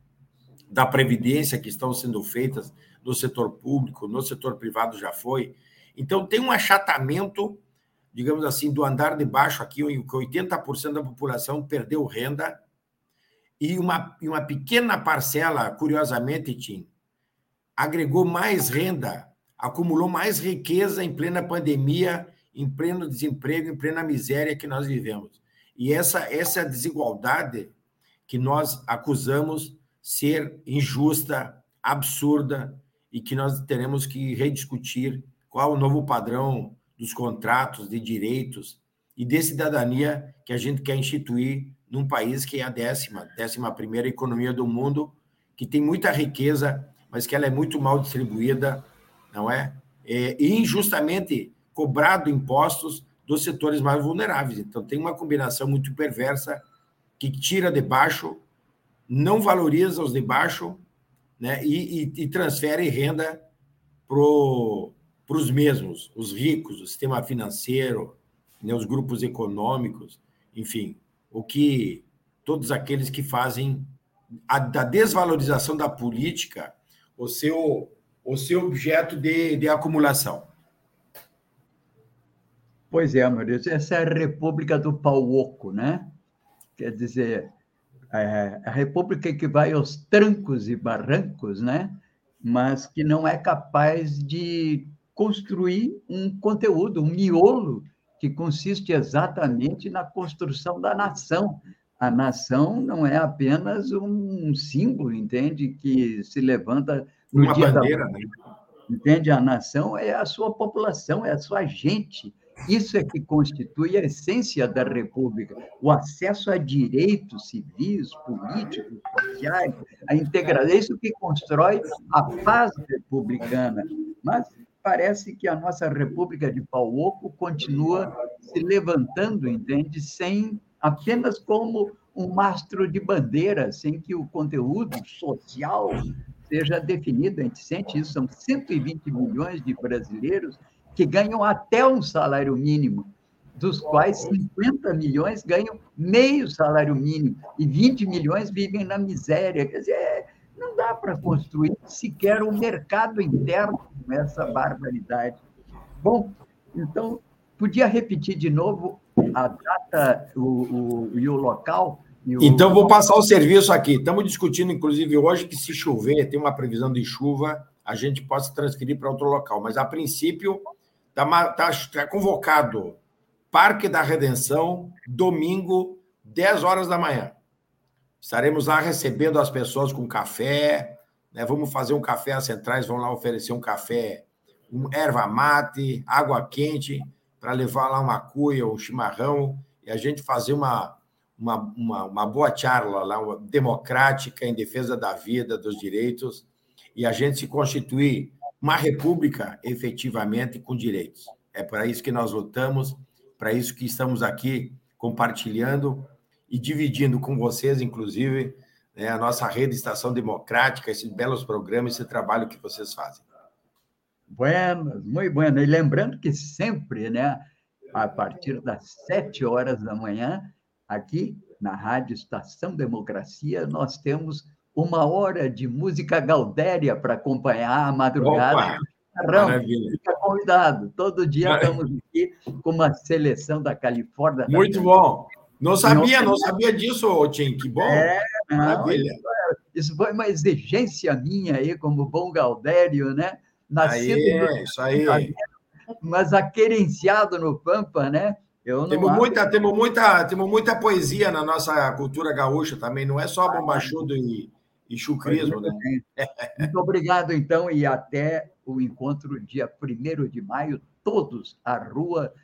da Previdência que estão sendo feitas no setor público, no setor privado já foi. Então, tem um achatamento, digamos assim, do andar de baixo aqui, em que oitenta por cento da população perdeu renda e uma, e uma pequena parcela, curiosamente, Tim, agregou mais renda, acumulou mais riqueza em plena pandemia, em pleno desemprego, em plena miséria que nós vivemos. E essa, essa desigualdade que nós acusamos ser injusta, absurda, e que nós teremos que rediscutir qual o novo padrão dos contratos, de direitos e de cidadania que a gente quer instituir num país que é a décima, décima primeira economia do mundo, que tem muita riqueza, mas que ela é muito mal distribuída, não é? É, e injustamente cobrado impostos dos setores mais vulneráveis. Então, tem uma combinação muito perversa que tira de baixo, não valoriza os de baixo, né, e, e, e transfere renda para os mesmos, os ricos, o sistema financeiro, né, os grupos econômicos, enfim, o que todos aqueles que fazem a, da desvalorização da política o seu, o seu objeto de, de acumulação. Pois é, Maurício, essa é a República do Pau Oco, né? Quer dizer, é a República que vai aos trancos e barrancos, né? Mas que não é capaz de construir um conteúdo, um miolo, que consiste exatamente na construção da nação. A nação não é apenas um símbolo, entende? Que se levanta no uma dia bandeira, da... né? Entende? A nação é a sua população, é a sua gente. Isso é que constitui a essência da República, o acesso a direitos civis, políticos, sociais, a integração, é isso que constrói a paz republicana. Mas parece que a nossa República de Pau Oco continua se levantando, entende? Sem, apenas como um mastro de bandeira, sem que o conteúdo social seja definido, a gente sente isso, são cento e vinte milhões de brasileiros que ganham até um salário mínimo, dos quais cinquenta milhões ganham meio salário mínimo e vinte milhões vivem na miséria. Quer dizer, não dá para construir sequer um mercado interno com essa barbaridade. Bom, então, podia repetir de novo a data o, o, e o local? E o... Então, vou passar o serviço aqui. Estamos discutindo, inclusive, hoje que se chover, tem uma previsão de chuva, a gente possa transferir para outro local. Mas, a princípio, está tá, tá convocado Parque da Redenção, domingo, dez horas da manhã. Estaremos lá recebendo as pessoas com café, né? Vamos fazer um café às centrais, vão lá oferecer um café, um erva mate, água quente, para levar lá uma cuia, um chimarrão, e a gente fazer uma, uma, uma, uma boa charla lá, uma democrática, em defesa da vida, dos direitos, e a gente se constituir uma república efetivamente com direitos. É para isso que nós lutamos, para isso que estamos aqui compartilhando e dividindo com vocês, inclusive, né, a nossa rede Estação Democrática, esses belos programas, esse trabalho que vocês fazem. Buenas, muito bueno. E lembrando que sempre, né, a partir das sete horas da manhã, aqui na Rádio Estação Democracia, nós temos uma hora de música gaudéria para acompanhar a madrugada. Maravilha. Fica convidado. Todo dia estamos aqui com uma seleção da Califórnia. Muito da... bom. Não sabia, não sabia disso, Tim. Que bom. É, maravilha. Não, isso foi uma exigência minha aí, como bom gaudério, né? Nascido aí, no... isso aí. Mas aquerenciado no Pampa, né? Eu não temos, abro... muita, temos, muita, temos muita poesia na nossa cultura gaúcha também, não é só bombachudo e, e chucrismo, né? Muito obrigado, então, e até o encontro dia primeiro de maio, todos à rua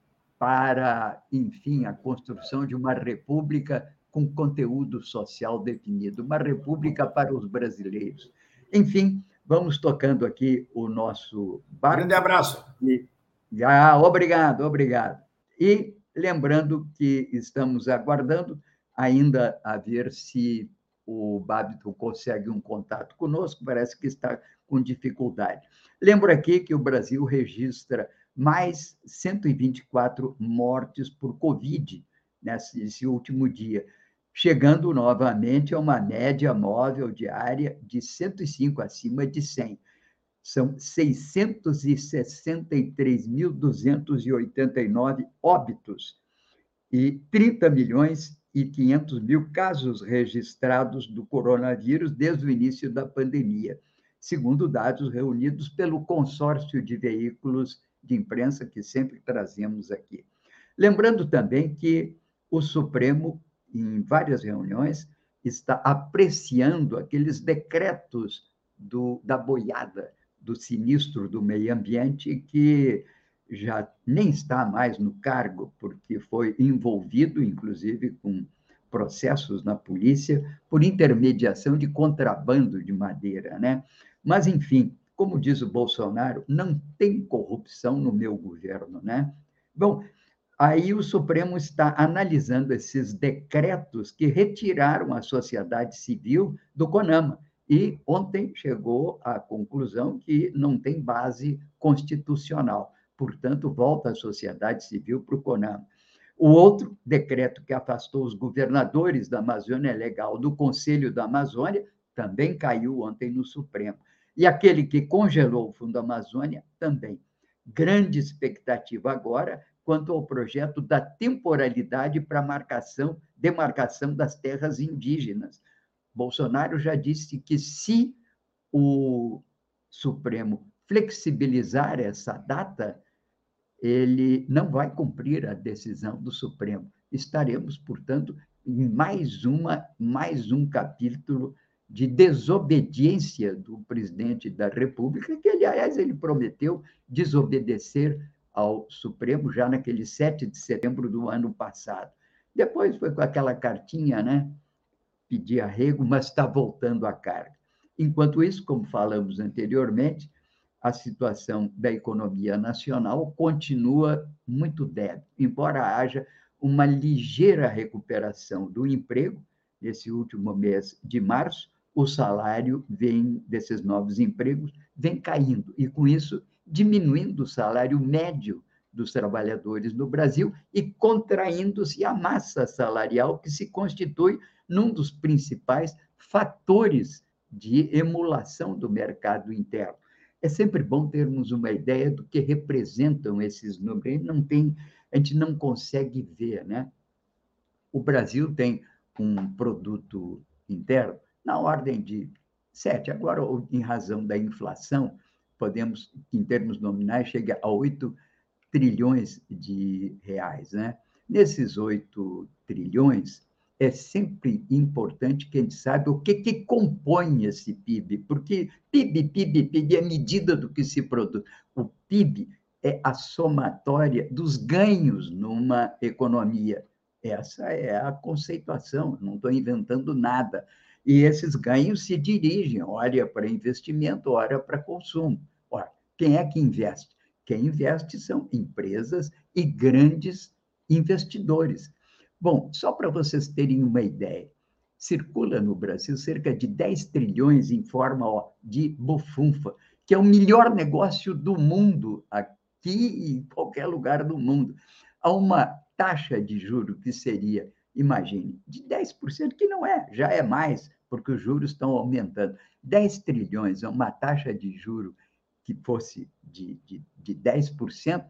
para, enfim, a construção de uma república com conteúdo social definido, uma república para os brasileiros. Enfim, vamos tocando aqui o nosso barco. Grande abraço. E, ah, obrigado, obrigado. E lembrando que estamos aguardando ainda a ver se o Babito consegue um contato conosco, parece que está com dificuldade. Lembro aqui que o Brasil registra mais cento e vinte e quatro mortes por Covid nesse, nesse último dia, chegando novamente a uma média móvel diária de cento e cinco, acima de cem. São seiscentos e sessenta e três mil duzentos e oitenta e nove óbitos e trinta milhões e quinhentos mil casos registrados do coronavírus desde o início da pandemia, segundo dados reunidos pelo consórcio de veículos de imprensa que sempre trazemos aqui. Lembrando também que o Supremo, em várias reuniões, está apreciando aqueles decretos do, da boiada, do sinistro do meio ambiente, que já nem está mais no cargo, porque foi envolvido, inclusive, com processos na polícia por intermediação de contrabando de madeira, né? Mas, enfim, como diz o Bolsonaro, não tem corrupção no meu governo, né? Bom, aí o Supremo está analisando esses decretos que retiraram a sociedade civil do CONAMA, e ontem chegou à conclusão que não tem base constitucional. Portanto, volta a sociedade civil para o CONAMA. O outro decreto que afastou os governadores da Amazônia Legal do Conselho da Amazônia também caiu ontem no Supremo. E aquele que congelou o Fundo Amazônia também. Grande expectativa agora quanto ao projeto da temporalidade para marcação, demarcação das terras indígenas. Bolsonaro já disse que se o Supremo flexibilizar essa data, ele não vai cumprir a decisão do Supremo. Estaremos, portanto, em mais, uma, mais um capítulo de desobediência do presidente da República, que, aliás, ele prometeu desobedecer ao Supremo já naquele sete de setembro do ano passado. Depois foi com aquela cartinha, né? Pedir arrego, mas está voltando à carga. Enquanto isso, como falamos anteriormente, a situação da economia nacional continua muito débil, embora haja uma ligeira recuperação do emprego nesse último mês de março, o salário vem desses novos empregos vem caindo, e com isso diminuindo o salário médio dos trabalhadores no Brasil e contraindo-se a massa salarial, que se constitui num dos principais fatores de emulação do mercado interno. É sempre bom termos uma ideia do que representam esses números. A gente não tem, a gente não consegue ver, né? O Brasil tem um produto interno na ordem de sete, agora, em razão da inflação, podemos, em termos nominais, chegar a oito trilhões de reais, né? Nesses oito trilhões, é sempre importante que a gente saiba o que, que compõe esse P I B, porque P I B, P I B, P I B é a medida do que se produz. O P I B é a somatória dos ganhos numa economia. Essa é a conceituação, não estou inventando nada. E esses ganhos se dirigem, ora para investimento, ora para consumo. Ora, quem é que investe? Quem investe são empresas e grandes investidores. Bom, só para vocês terem uma ideia, circula no Brasil cerca de dez trilhões em forma ó, de bufunfa, que é o melhor negócio do mundo, aqui e em qualquer lugar do mundo. Há uma taxa de juro que seria, imagine, de dez por cento, que não é, já é mais, porque os juros estão aumentando. dez trilhões é uma taxa de juro que fosse de, de, de dez por cento,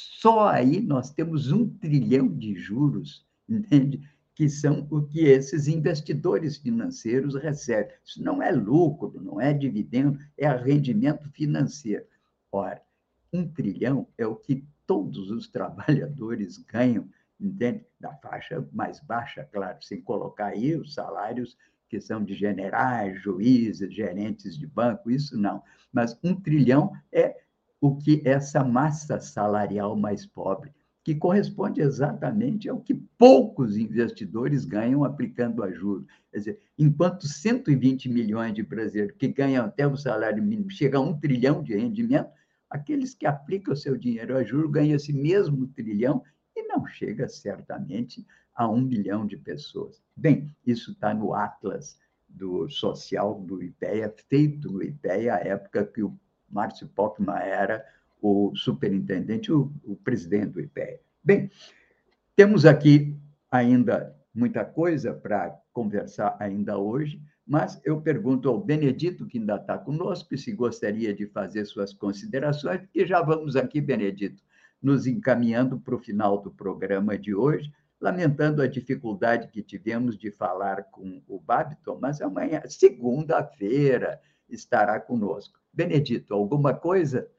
só aí nós temos um trilhão de juros, entende? Que são o que esses investidores financeiros recebem. Isso não é lucro, não é dividendo, é rendimento financeiro. Ora, um trilhão é o que todos os trabalhadores ganham, entende? Da faixa mais baixa, claro, sem colocar aí os salários que são de generais, juízes, gerentes de banco, isso não. Mas um trilhão é o que essa massa salarial mais pobre, que corresponde exatamente ao que poucos investidores ganham aplicando a juros. Quer dizer, enquanto cento e vinte milhões de brasileiros que ganham até o salário mínimo chegam a um trilhão de rendimento, aqueles que aplicam o seu dinheiro a juros ganham esse mesmo trilhão e não chega certamente a um milhão de pessoas. Bem, isso está no Atlas do Social do IPEA, feito no IPEA, à época que o Márcio Pockmann era o superintendente, o, o presidente do IPEA. Bem, temos aqui ainda muita coisa para conversar ainda hoje, mas eu pergunto ao Benedito, que ainda está conosco, se gostaria de fazer suas considerações, porque já vamos aqui, Benedito, nos encaminhando para o final do programa de hoje, lamentando a dificuldade que tivemos de falar com o Babiton, mas amanhã, segunda-feira, estará conosco. Benedito, alguma coisa?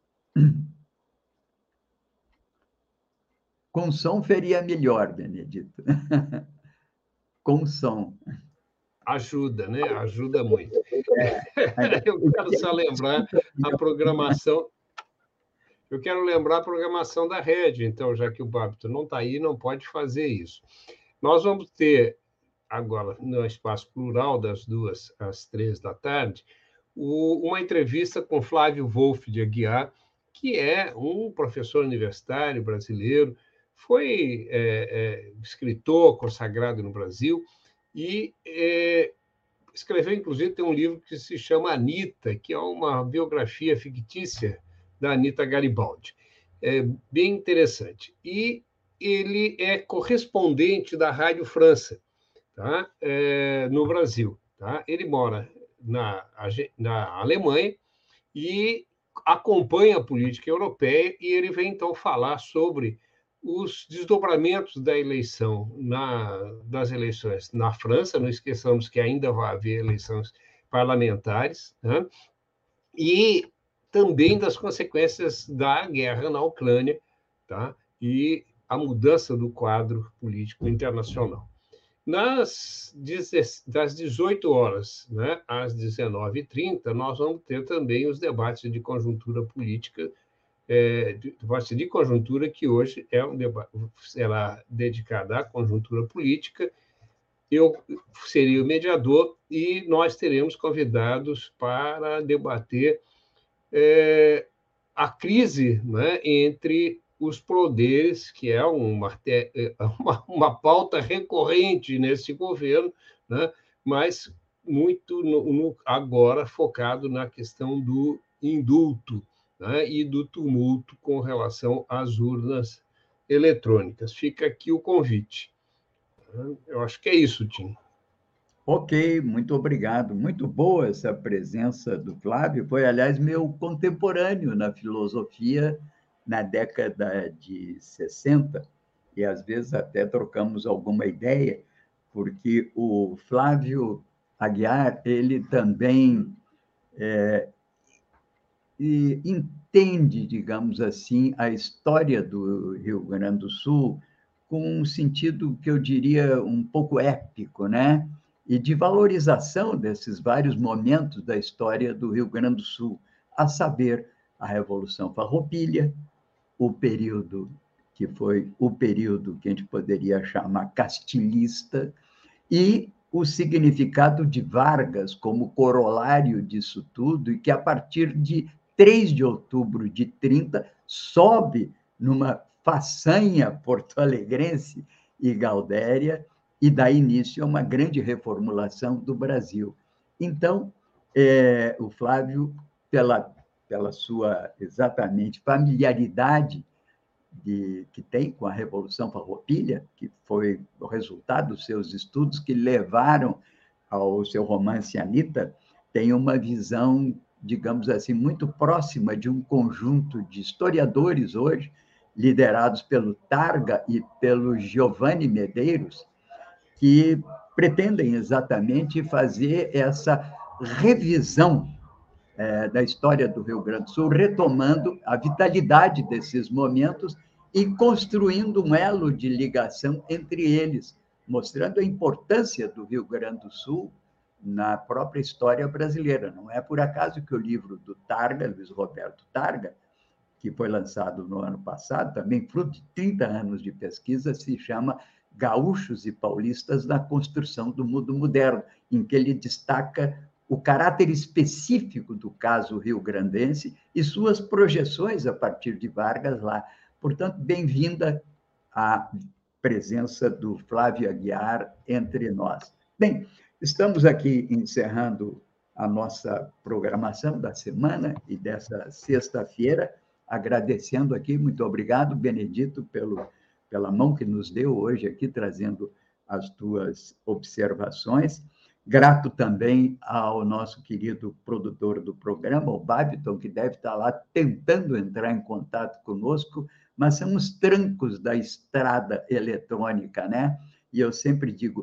Com som seria melhor, Benedito. Com som. Ajuda, né? Ajuda muito. Eu quero só lembrar a programação. Eu quero lembrar a programação da rede, então, já que o Babiton não está aí, não pode fazer isso. Nós vamos ter, agora, no Espaço Plural, das duas às três da tarde, uma entrevista com Flávio Wolff de Aguiar, que é um professor universitário brasileiro, foi é, é, escritor consagrado no Brasil e é, escreveu, inclusive, tem um livro que se chama Anitta, que é uma biografia fictícia da Anitta Garibaldi. É bem interessante. E ele é correspondente da Rádio França, tá? É, no Brasil. Tá? Ele mora na, na Alemanha e acompanha a política europeia, e ele vem, então, falar sobre os desdobramentos da eleição, na, das eleições na França, não esqueçamos que ainda vai haver eleições parlamentares, né? E também das consequências da guerra na Ucrânia, tá? E a mudança do quadro político internacional. Nas, das dezoito horas, né, às dezenove e trinta, nós vamos ter também os debates de conjuntura política, é, debate de conjuntura, que hoje é um debate, será dedicado à conjuntura política. Eu seria o mediador e nós teremos convidados para debater é, a crise, né, entre os poderes, que é uma, uma, uma pauta recorrente nesse governo, né, mas muito no, no, agora focado na questão do indulto, né, e do tumulto com relação às urnas eletrônicas. Fica aqui o convite. Eu acho que é isso, Tim. Ok, muito obrigado. Muito boa essa presença do Flávio. Foi, aliás, meu contemporâneo na filosofia na década de sessenta, e às vezes até trocamos alguma ideia, porque o Flávio Aguiar, ele também é, e entende, digamos assim, a história do Rio Grande do Sul com um sentido que eu diria um pouco épico, né? E de valorização desses vários momentos da história do Rio Grande do Sul, a saber, a Revolução Farroupilha, o período que foi o período que a gente poderia chamar castilhista, e o significado de Vargas como corolário disso tudo, e que, a partir de três de outubro de trinta, sobe numa façanha porto-alegrense e gaudéria, e dá início a uma grande reformulação do Brasil. Então, é, o Flávio, pela, pela sua, exatamente, familiaridade de, que tem com a Revolução Farroupilha, que foi o resultado dos seus estudos que levaram ao seu romance Anita, tem uma visão, digamos assim, muito próxima de um conjunto de historiadores hoje, liderados pelo Targa e pelo Giovanni Medeiros, que pretendem exatamente fazer essa revisão é, da história do Rio Grande do Sul, retomando a vitalidade desses momentos e construindo um elo de ligação entre eles, mostrando a importância do Rio Grande do Sul na própria história brasileira. Não é por acaso que o livro do Targa, Luiz Roberto Targa, que foi lançado no ano passado, também fruto de trinta anos de pesquisa, se chama Gaúchos e Paulistas na Construção do Mundo Moderno, em que ele destaca o caráter específico do caso rio-grandense e suas projeções a partir de Vargas lá. Portanto, bem-vinda à presença do Flávio Aguiar entre nós. Bem, estamos aqui encerrando a nossa programação da semana e dessa sexta-feira, agradecendo aqui, muito obrigado, Benedito, pelo, pela mão que nos deu hoje aqui, trazendo as tuas observações. Grato também ao nosso querido produtor do programa, o Babiton, que deve estar lá tentando entrar em contato conosco, mas são os trancos da estrada eletrônica, né? E eu sempre digo,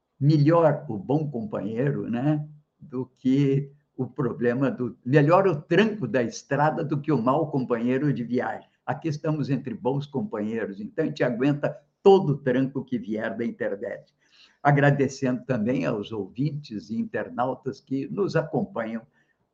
melhor o bom companheiro, né, do que o problema do... Melhor o tranco da estrada do que o mau companheiro de viagem. Aqui estamos entre bons companheiros, então a gente aguenta todo o tranco que vier da internet. Agradecendo também aos ouvintes e internautas que nos acompanham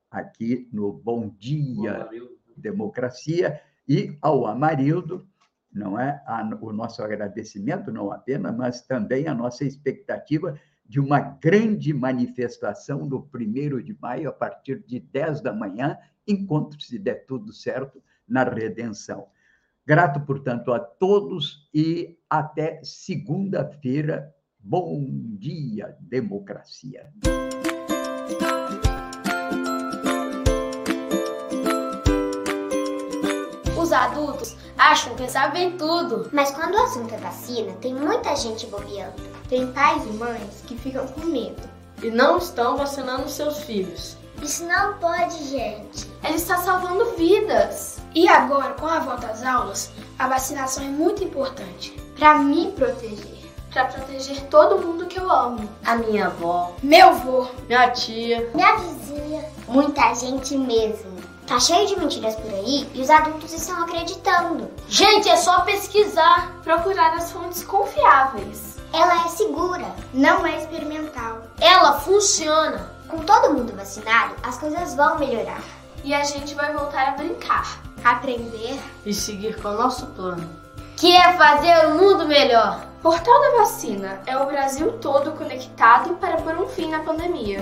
aqui no Bom Dia Democracia, e ao Amarildo, não é? O nosso agradecimento, não apenas, mas também a nossa expectativa de uma grande manifestação no primeiro de maio, a partir de dez da manhã, encontro, se der tudo certo, na Redenção. Grato, portanto, a todos e até segunda-feira. Bom dia, democracia. Os adultos acham que sabem tudo. Mas quando o assunto é vacina, tem muita gente bobeando. Tem pais e mães que ficam com medo e não estão vacinando seus filhos. Isso não pode, gente. Ele está salvando vidas. E agora, com a volta às aulas, a vacinação é muito importante para me proteger. Para proteger todo mundo que eu amo. A minha avó, meu avô, minha tia, minha vizinha, muita gente mesmo. Tá cheio de mentiras por aí e os adultos estão acreditando. Gente, é só pesquisar, procurar as fontes confiáveis. Ela é segura, não é experimental. Ela funciona. Com todo mundo vacinado, as coisas vão melhorar. E a gente vai voltar a brincar, aprender e seguir com o nosso plano, que é fazer o mundo melhor. Portal da Vacina é o Brasil todo conectado para pôr um fim na pandemia.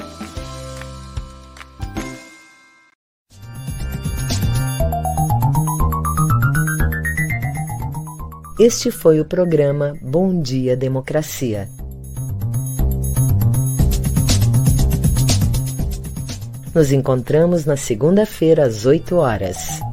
Este foi o programa Bom Dia Democracia. Nos encontramos na segunda-feira às oito horas.